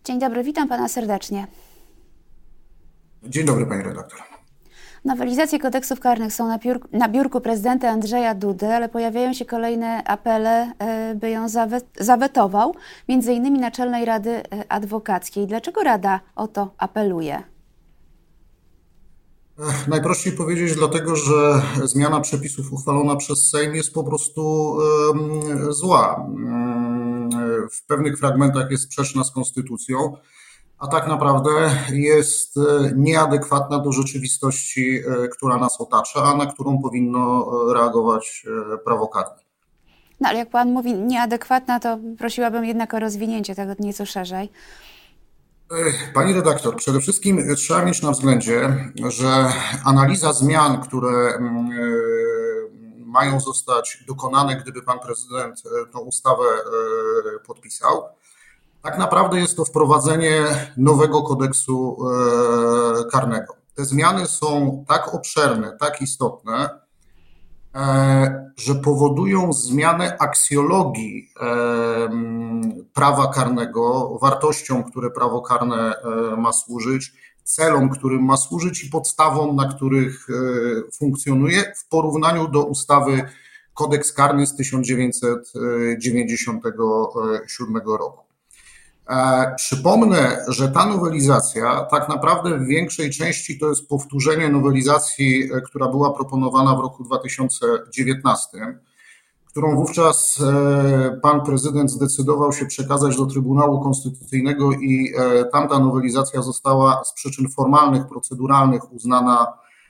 Dzień dobry, witam pana serdecznie. Dzień dobry, pani redaktor. Nowelizacje kodeksów karnych są na biurku prezydenta Andrzeja Dudy, ale pojawiają się kolejne apele, by ją zawetował, między innymi Naczelnej Rady Adwokackiej. Dlaczego Rada o to apeluje? Najprościej powiedzieć dlatego, że zmiana przepisów uchwalona przez Sejm jest po prostu zła. W pewnych fragmentach jest sprzeczna z konstytucją, a tak naprawdę jest nieadekwatna do rzeczywistości, która nas otacza, a na którą powinno reagować prawo karne. No ale jak pan mówi nieadekwatna, to prosiłabym jednak o rozwinięcie tego nieco szerzej. Pani redaktor, przede wszystkim trzeba mieć na względzie, że analiza zmian, które mają zostać dokonane, gdyby pan prezydent tę ustawę podpisał, tak naprawdę jest to wprowadzenie nowego kodeksu karnego. Te zmiany są tak obszerne, tak istotne, że powodują zmianę aksjologii prawa karnego, wartościom, które prawo karne ma służyć, celom, którym ma służyć i podstawom, na których funkcjonuje w porównaniu do ustawy Kodeks karny z 1997 roku. Przypomnę, że ta nowelizacja tak naprawdę w większej części to jest powtórzenie nowelizacji, która była proponowana w roku 2019, którą wówczas pan prezydent zdecydował się przekazać do Trybunału Konstytucyjnego i tamta nowelizacja została z przyczyn formalnych, proceduralnych uznana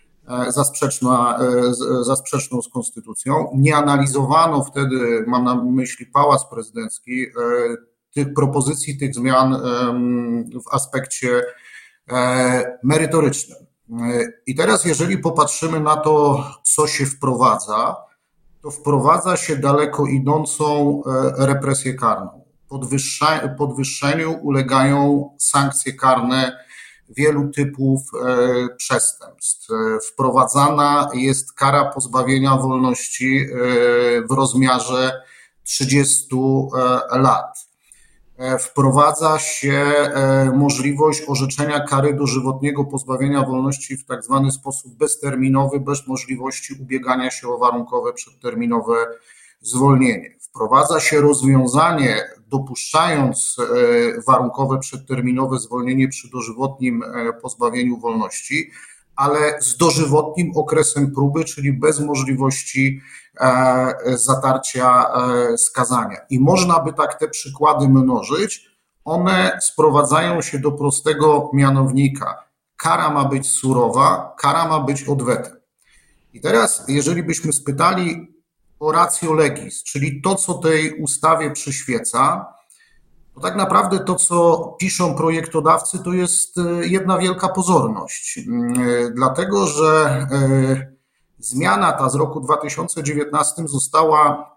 za sprzeczną z konstytucją. Nie analizowano wtedy, mam na myśli Pałac Prezydencki, tych propozycji, tych zmian w aspekcie merytorycznym. I teraz, jeżeli popatrzymy na to, co się wprowadza, to wprowadza się daleko idącą represję karną. Podwyższeniu ulegają sankcje karne wielu typów przestępstw. Wprowadzana jest kara pozbawienia wolności w rozmiarze 30 lat. Wprowadza się możliwość orzeczenia kary dożywotniego pozbawienia wolności w tak zwany sposób bezterminowy, bez możliwości ubiegania się o warunkowe przedterminowe zwolnienie. Wprowadza się rozwiązanie, dopuszczając warunkowe przedterminowe zwolnienie przy dożywotnim pozbawieniu wolności, ale z dożywotnim okresem próby, czyli bez możliwości zatarcia skazania. I można by tak te przykłady mnożyć. One sprowadzają się do prostego mianownika. Kara ma być surowa, kara ma być odwetem. I teraz, jeżeli byśmy spytali o ratio legis, czyli to, co tej ustawie przyświeca, to tak naprawdę to, co piszą projektodawcy, to jest jedna wielka pozorność. Dlatego, że zmiana ta z roku 2019 została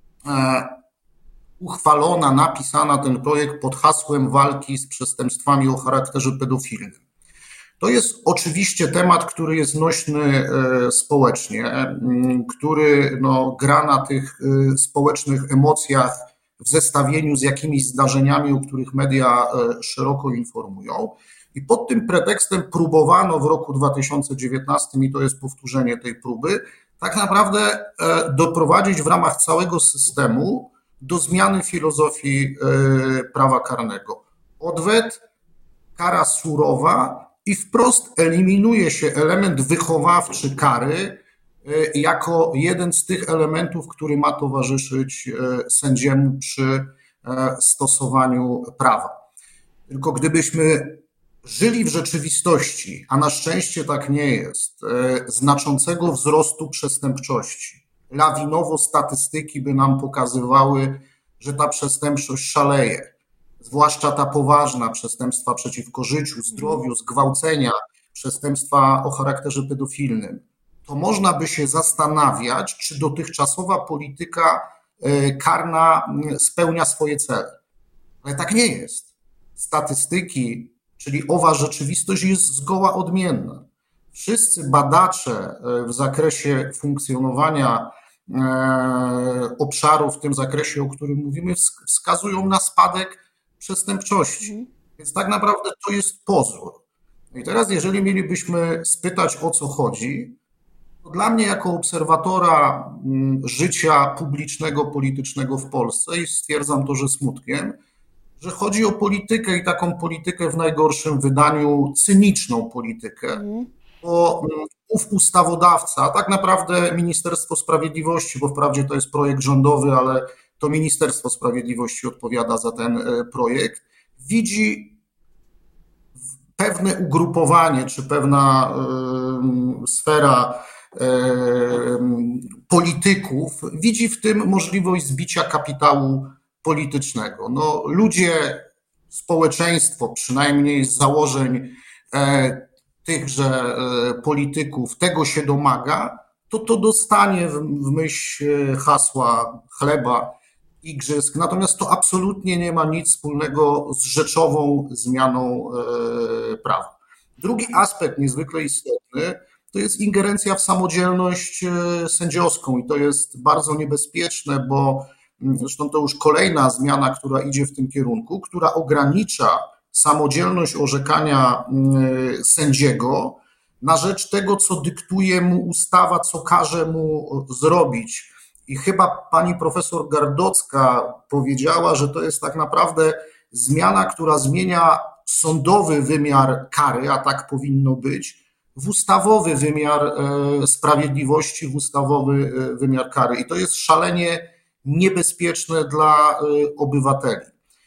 uchwalona, napisana ten projekt pod hasłem walki z przestępstwami o charakterze pedofilnym. To jest oczywiście temat, który jest nośny społecznie, który gra na tych społecznych emocjach w zestawieniu z jakimiś zdarzeniami, o których media szeroko informują. I pod tym pretekstem próbowano w roku 2019, i to jest powtórzenie tej próby, tak naprawdę doprowadzić w ramach całego systemu do zmiany filozofii prawa karnego. Odwet, kara surowa i wprost eliminuje się element wychowawczy kary jako jeden z tych elementów, który ma towarzyszyć sędziemu przy stosowaniu prawa. Tylko gdybyśmy żyli w rzeczywistości, a na szczęście tak nie jest, znaczącego wzrostu przestępczości, lawinowo statystyki by nam pokazywały, że ta przestępczość szaleje, zwłaszcza ta poważna, przestępstwa przeciwko życiu, zdrowiu, zgwałcenia, przestępstwa o charakterze pedofilnym, to można by się zastanawiać, czy dotychczasowa polityka karna spełnia swoje cele. Ale tak nie jest. Statystyki, czyli owa rzeczywistość jest zgoła odmienna. Wszyscy badacze w zakresie funkcjonowania obszarów, w tym zakresie, o którym mówimy, wskazują na spadek przestępczości. Więc tak naprawdę to jest pozór. I teraz, jeżeli mielibyśmy spytać, o co chodzi, to dla mnie jako obserwatora życia publicznego, politycznego w Polsce, i stwierdzam to, że smutkiem, że chodzi o politykę i taką politykę w najgorszym wydaniu, cyniczną politykę, bo ów ustawodawca, tak naprawdę Ministerstwo Sprawiedliwości, bo wprawdzie to jest projekt rządowy, ale to Ministerstwo Sprawiedliwości odpowiada za ten projekt, widzi pewne ugrupowanie czy pewna sfera polityków, widzi w tym możliwość zbicia kapitału politycznego. No, ludzie, społeczeństwo, przynajmniej z założeń tychże polityków tego się domaga, to dostanie w myśl hasła chleba, igrzysk. Natomiast to absolutnie nie ma nic wspólnego z rzeczową zmianą prawa. Drugi aspekt niezwykle istotny to jest ingerencja w samodzielność sędziowską i to jest bardzo niebezpieczne, bo zresztą to już kolejna zmiana, która idzie w tym kierunku, która ogranicza samodzielność orzekania sędziego na rzecz tego, co dyktuje mu ustawa, co każe mu zrobić. I chyba pani profesor Gardocka powiedziała, że to jest tak naprawdę zmiana, która zmienia sądowy wymiar kary, a tak powinno być, w ustawowy wymiar sprawiedliwości, w ustawowy wymiar kary. I to jest szalenie niebezpieczne dla obywateli.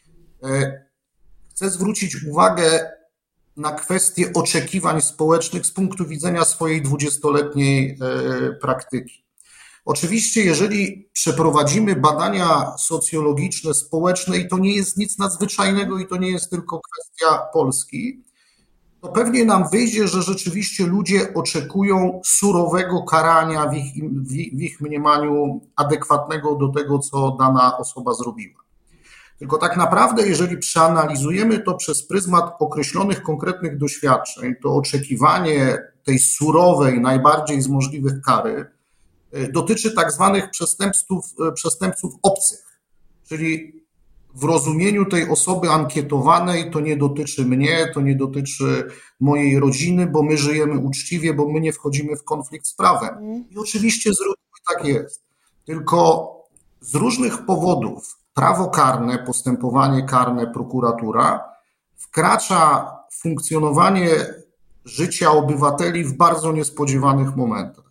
Chcę zwrócić uwagę na kwestię oczekiwań społecznych z punktu widzenia swojej 20-letniej praktyki. Oczywiście, jeżeli przeprowadzimy badania socjologiczne, społeczne, i to nie jest nic nadzwyczajnego i to nie jest tylko kwestia Polski, to pewnie nam wyjdzie, że rzeczywiście ludzie oczekują surowego karania w ich mniemaniu adekwatnego do tego, co dana osoba zrobiła. Tylko tak naprawdę, jeżeli przeanalizujemy to przez pryzmat określonych konkretnych doświadczeń, to oczekiwanie tej surowej, najbardziej z możliwych kary dotyczy tak zwanych przestępców obcych, czyli w rozumieniu tej osoby ankietowanej to nie dotyczy mnie, to nie dotyczy mojej rodziny, bo my żyjemy uczciwie, bo my nie wchodzimy w konflikt z prawem. I oczywiście z reguły tak jest. Tylko z różnych powodów prawo karne, postępowanie karne, prokuratura wkracza w funkcjonowanie życia obywateli w bardzo niespodziewanych momentach.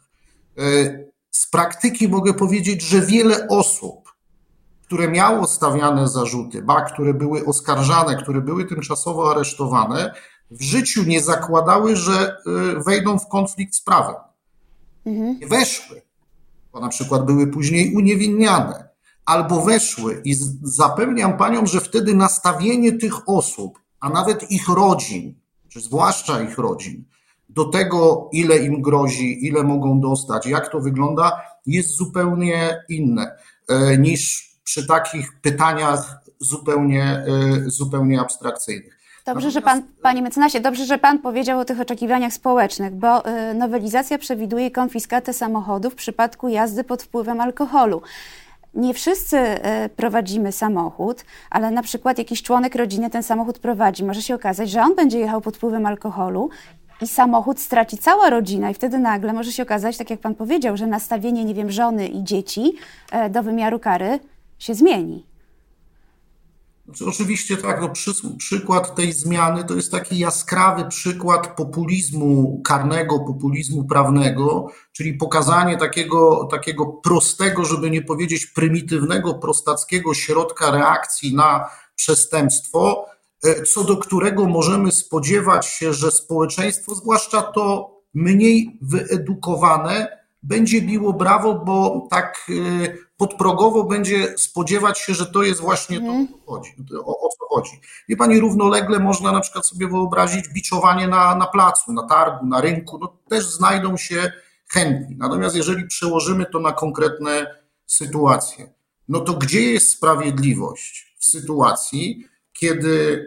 Z praktyki mogę powiedzieć, że wiele osób, które miało stawiane zarzuty, które były oskarżane, które były tymczasowo aresztowane, w życiu nie zakładały, że wejdą w konflikt z prawem. Nie weszły, bo na przykład były później uniewinniane, albo weszły i zapewniam panią, że wtedy nastawienie tych osób, a nawet ich rodzin, czy zwłaszcza ich rodzin, do tego, ile im grozi, ile mogą dostać, jak to wygląda, jest zupełnie inne niż przy takich pytaniach zupełnie abstrakcyjnych. Dobrze, że panie mecenasie, dobrze, że pan powiedział o tych oczekiwaniach społecznych, bo nowelizacja przewiduje konfiskatę samochodu w przypadku jazdy pod wpływem alkoholu. Nie wszyscy prowadzimy samochód, ale na przykład jakiś członek rodziny ten samochód prowadzi. Może się okazać, że on będzie jechał pod wpływem alkoholu i samochód straci cała rodzina i wtedy nagle może się okazać, tak jak pan powiedział, że nastawienie, nie wiem, żony i dzieci do wymiaru kary się zmieni. Znaczy, oczywiście tak, no przykład tej zmiany to jest taki jaskrawy przykład populizmu karnego, populizmu prawnego, czyli pokazanie takiego prostego, żeby nie powiedzieć prymitywnego, prostackiego środka reakcji na przestępstwo, co do którego możemy spodziewać się, że społeczeństwo, zwłaszcza to mniej wyedukowane, będzie biło brawo, bo tak podprogowo będzie spodziewać się, że to jest właśnie to, o co chodzi. Wie pani, równolegle można na przykład sobie wyobrazić biczowanie na placu, na targu, na rynku, no też znajdą się chętni. Natomiast jeżeli przełożymy to na konkretne sytuacje, no to gdzie jest sprawiedliwość w sytuacji, kiedy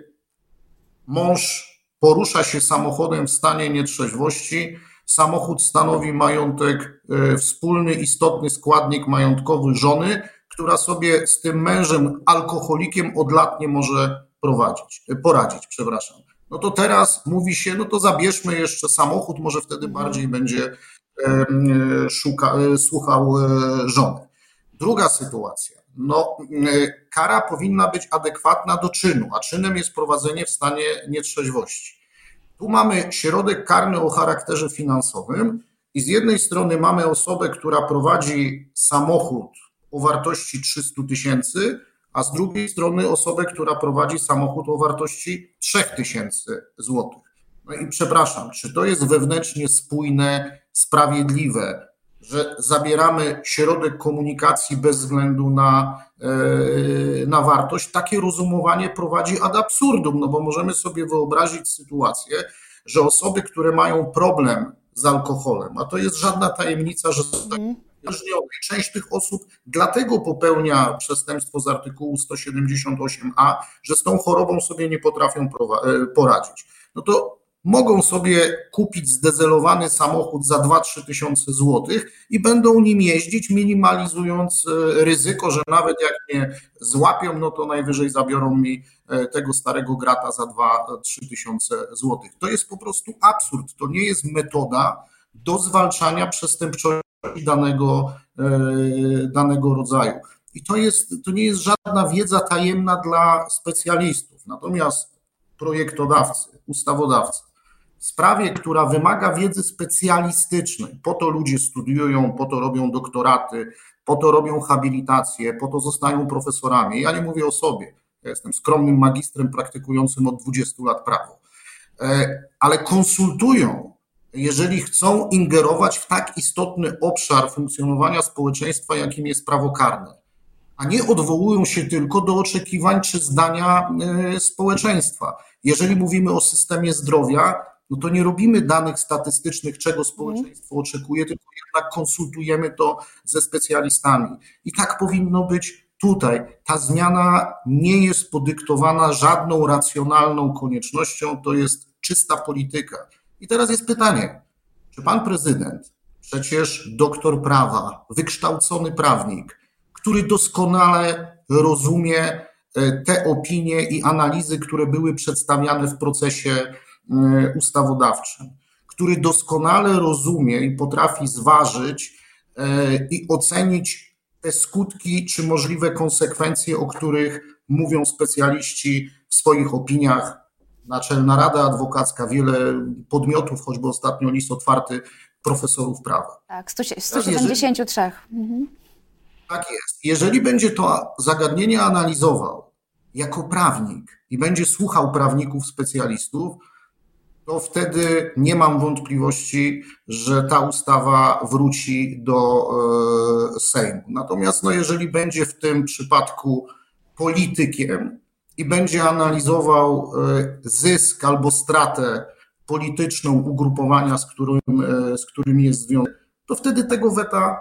mąż porusza się samochodem w stanie nietrzeźwości, samochód stanowi majątek wspólny, istotny składnik majątkowy żony, która sobie z tym mężem alkoholikiem od lat nie może poradzić. No to teraz mówi się, no to zabierzmy jeszcze samochód, może wtedy bardziej będzie słuchał żony. Druga sytuacja. No, kara powinna być adekwatna do czynu, a czynem jest prowadzenie w stanie nietrzeźwości. Tu mamy środek karny o charakterze finansowym i z jednej strony mamy osobę, która prowadzi samochód o wartości 300 000, a z drugiej strony osobę, która prowadzi samochód o wartości 3000 złotych. No i przepraszam, czy to jest wewnętrznie spójne, sprawiedliwe, że zabieramy środek komunikacji bez względu na wartość? Takie rozumowanie prowadzi ad absurdum, no bo możemy sobie wyobrazić sytuację, że osoby, które mają problem z alkoholem, a to jest żadna tajemnica, że są tak uzależnione. Część tych osób dlatego popełnia przestępstwo z artykułu 178a, że z tą chorobą sobie nie potrafią poradzić. No to mogą sobie kupić zdezelowany samochód za 2-3 tysiące złotych i będą nim jeździć, minimalizując ryzyko, że nawet jak mnie złapią, no to najwyżej zabiorą mi tego starego grata za 2-3 tysiące złotych. To jest po prostu absurd. To nie jest metoda do zwalczania przestępczości danego rodzaju. I to nie jest żadna wiedza tajemna dla specjalistów. Natomiast projektodawcy, ustawodawcy w sprawie, która wymaga wiedzy specjalistycznej, po to ludzie studiują, po to robią doktoraty, po to robią habilitacje, po to zostają profesorami. Ja nie mówię o sobie, ja jestem skromnym magistrem praktykującym od 20 lat prawo, ale konsultują, jeżeli chcą ingerować w tak istotny obszar funkcjonowania społeczeństwa, jakim jest prawo karne, a nie odwołują się tylko do oczekiwań czy zdania społeczeństwa. Jeżeli mówimy o systemie zdrowia, no to nie robimy danych statystycznych, czego społeczeństwo oczekuje, tylko jednak konsultujemy to ze specjalistami. I tak powinno być tutaj. Ta zmiana nie jest podyktowana żadną racjonalną koniecznością, to jest czysta polityka. I teraz jest pytanie, czy pan prezydent, przecież doktor prawa, wykształcony prawnik, który doskonale rozumie te opinie i analizy, które były przedstawiane w procesie ustawodawczym, który doskonale rozumie i potrafi zważyć i ocenić te skutki czy możliwe konsekwencje, o których mówią specjaliści w swoich opiniach. Naczelna Rada Adwokacka, wiele podmiotów, choćby ostatnio list otwarty profesorów prawa. Tak, 173. Tak jest. Jeżeli będzie to zagadnienie analizował jako prawnik i będzie słuchał prawników, specjalistów, to wtedy nie mam wątpliwości, że ta ustawa wróci do Sejmu. Natomiast jeżeli będzie w tym przypadku politykiem i będzie analizował zysk albo stratę polityczną ugrupowania, z którym jest związany, to wtedy tego weta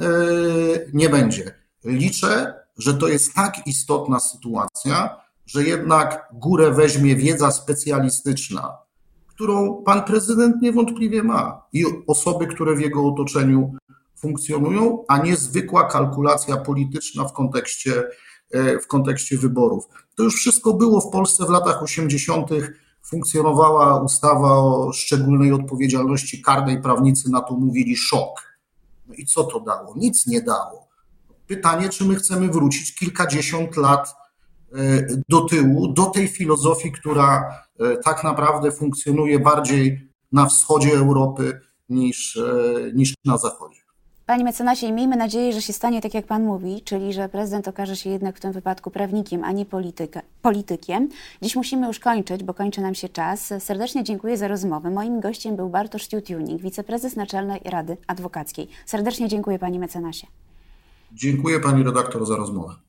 nie będzie. Liczę, że to jest tak istotna sytuacja, że jednak górę weźmie wiedza specjalistyczna, którą pan prezydent niewątpliwie ma i osoby, które w jego otoczeniu funkcjonują, a nie zwykła kalkulacja polityczna w kontekście wyborów. To już wszystko było w Polsce w latach 80. Funkcjonowała ustawa o szczególnej odpowiedzialności karnej, prawnicy na to mówili szok. No i co to dało? Nic nie dało. Pytanie, czy my chcemy wrócić kilkadziesiąt lat do tyłu, do tej filozofii, która tak naprawdę funkcjonuje bardziej na wschodzie Europy niż na zachodzie. Panie mecenasie, miejmy nadzieję, że się stanie tak, jak pan mówi, czyli że prezydent okaże się jednak w tym wypadku prawnikiem, a nie politykiem. Dziś musimy już kończyć, bo kończy nam się czas. Serdecznie dziękuję za rozmowę. Moim gościem był Bartosz Tiutiunik, wiceprezes Naczelnej Rady Adwokackiej. Serdecznie dziękuję, panie mecenasie. Dziękuję pani redaktor za rozmowę.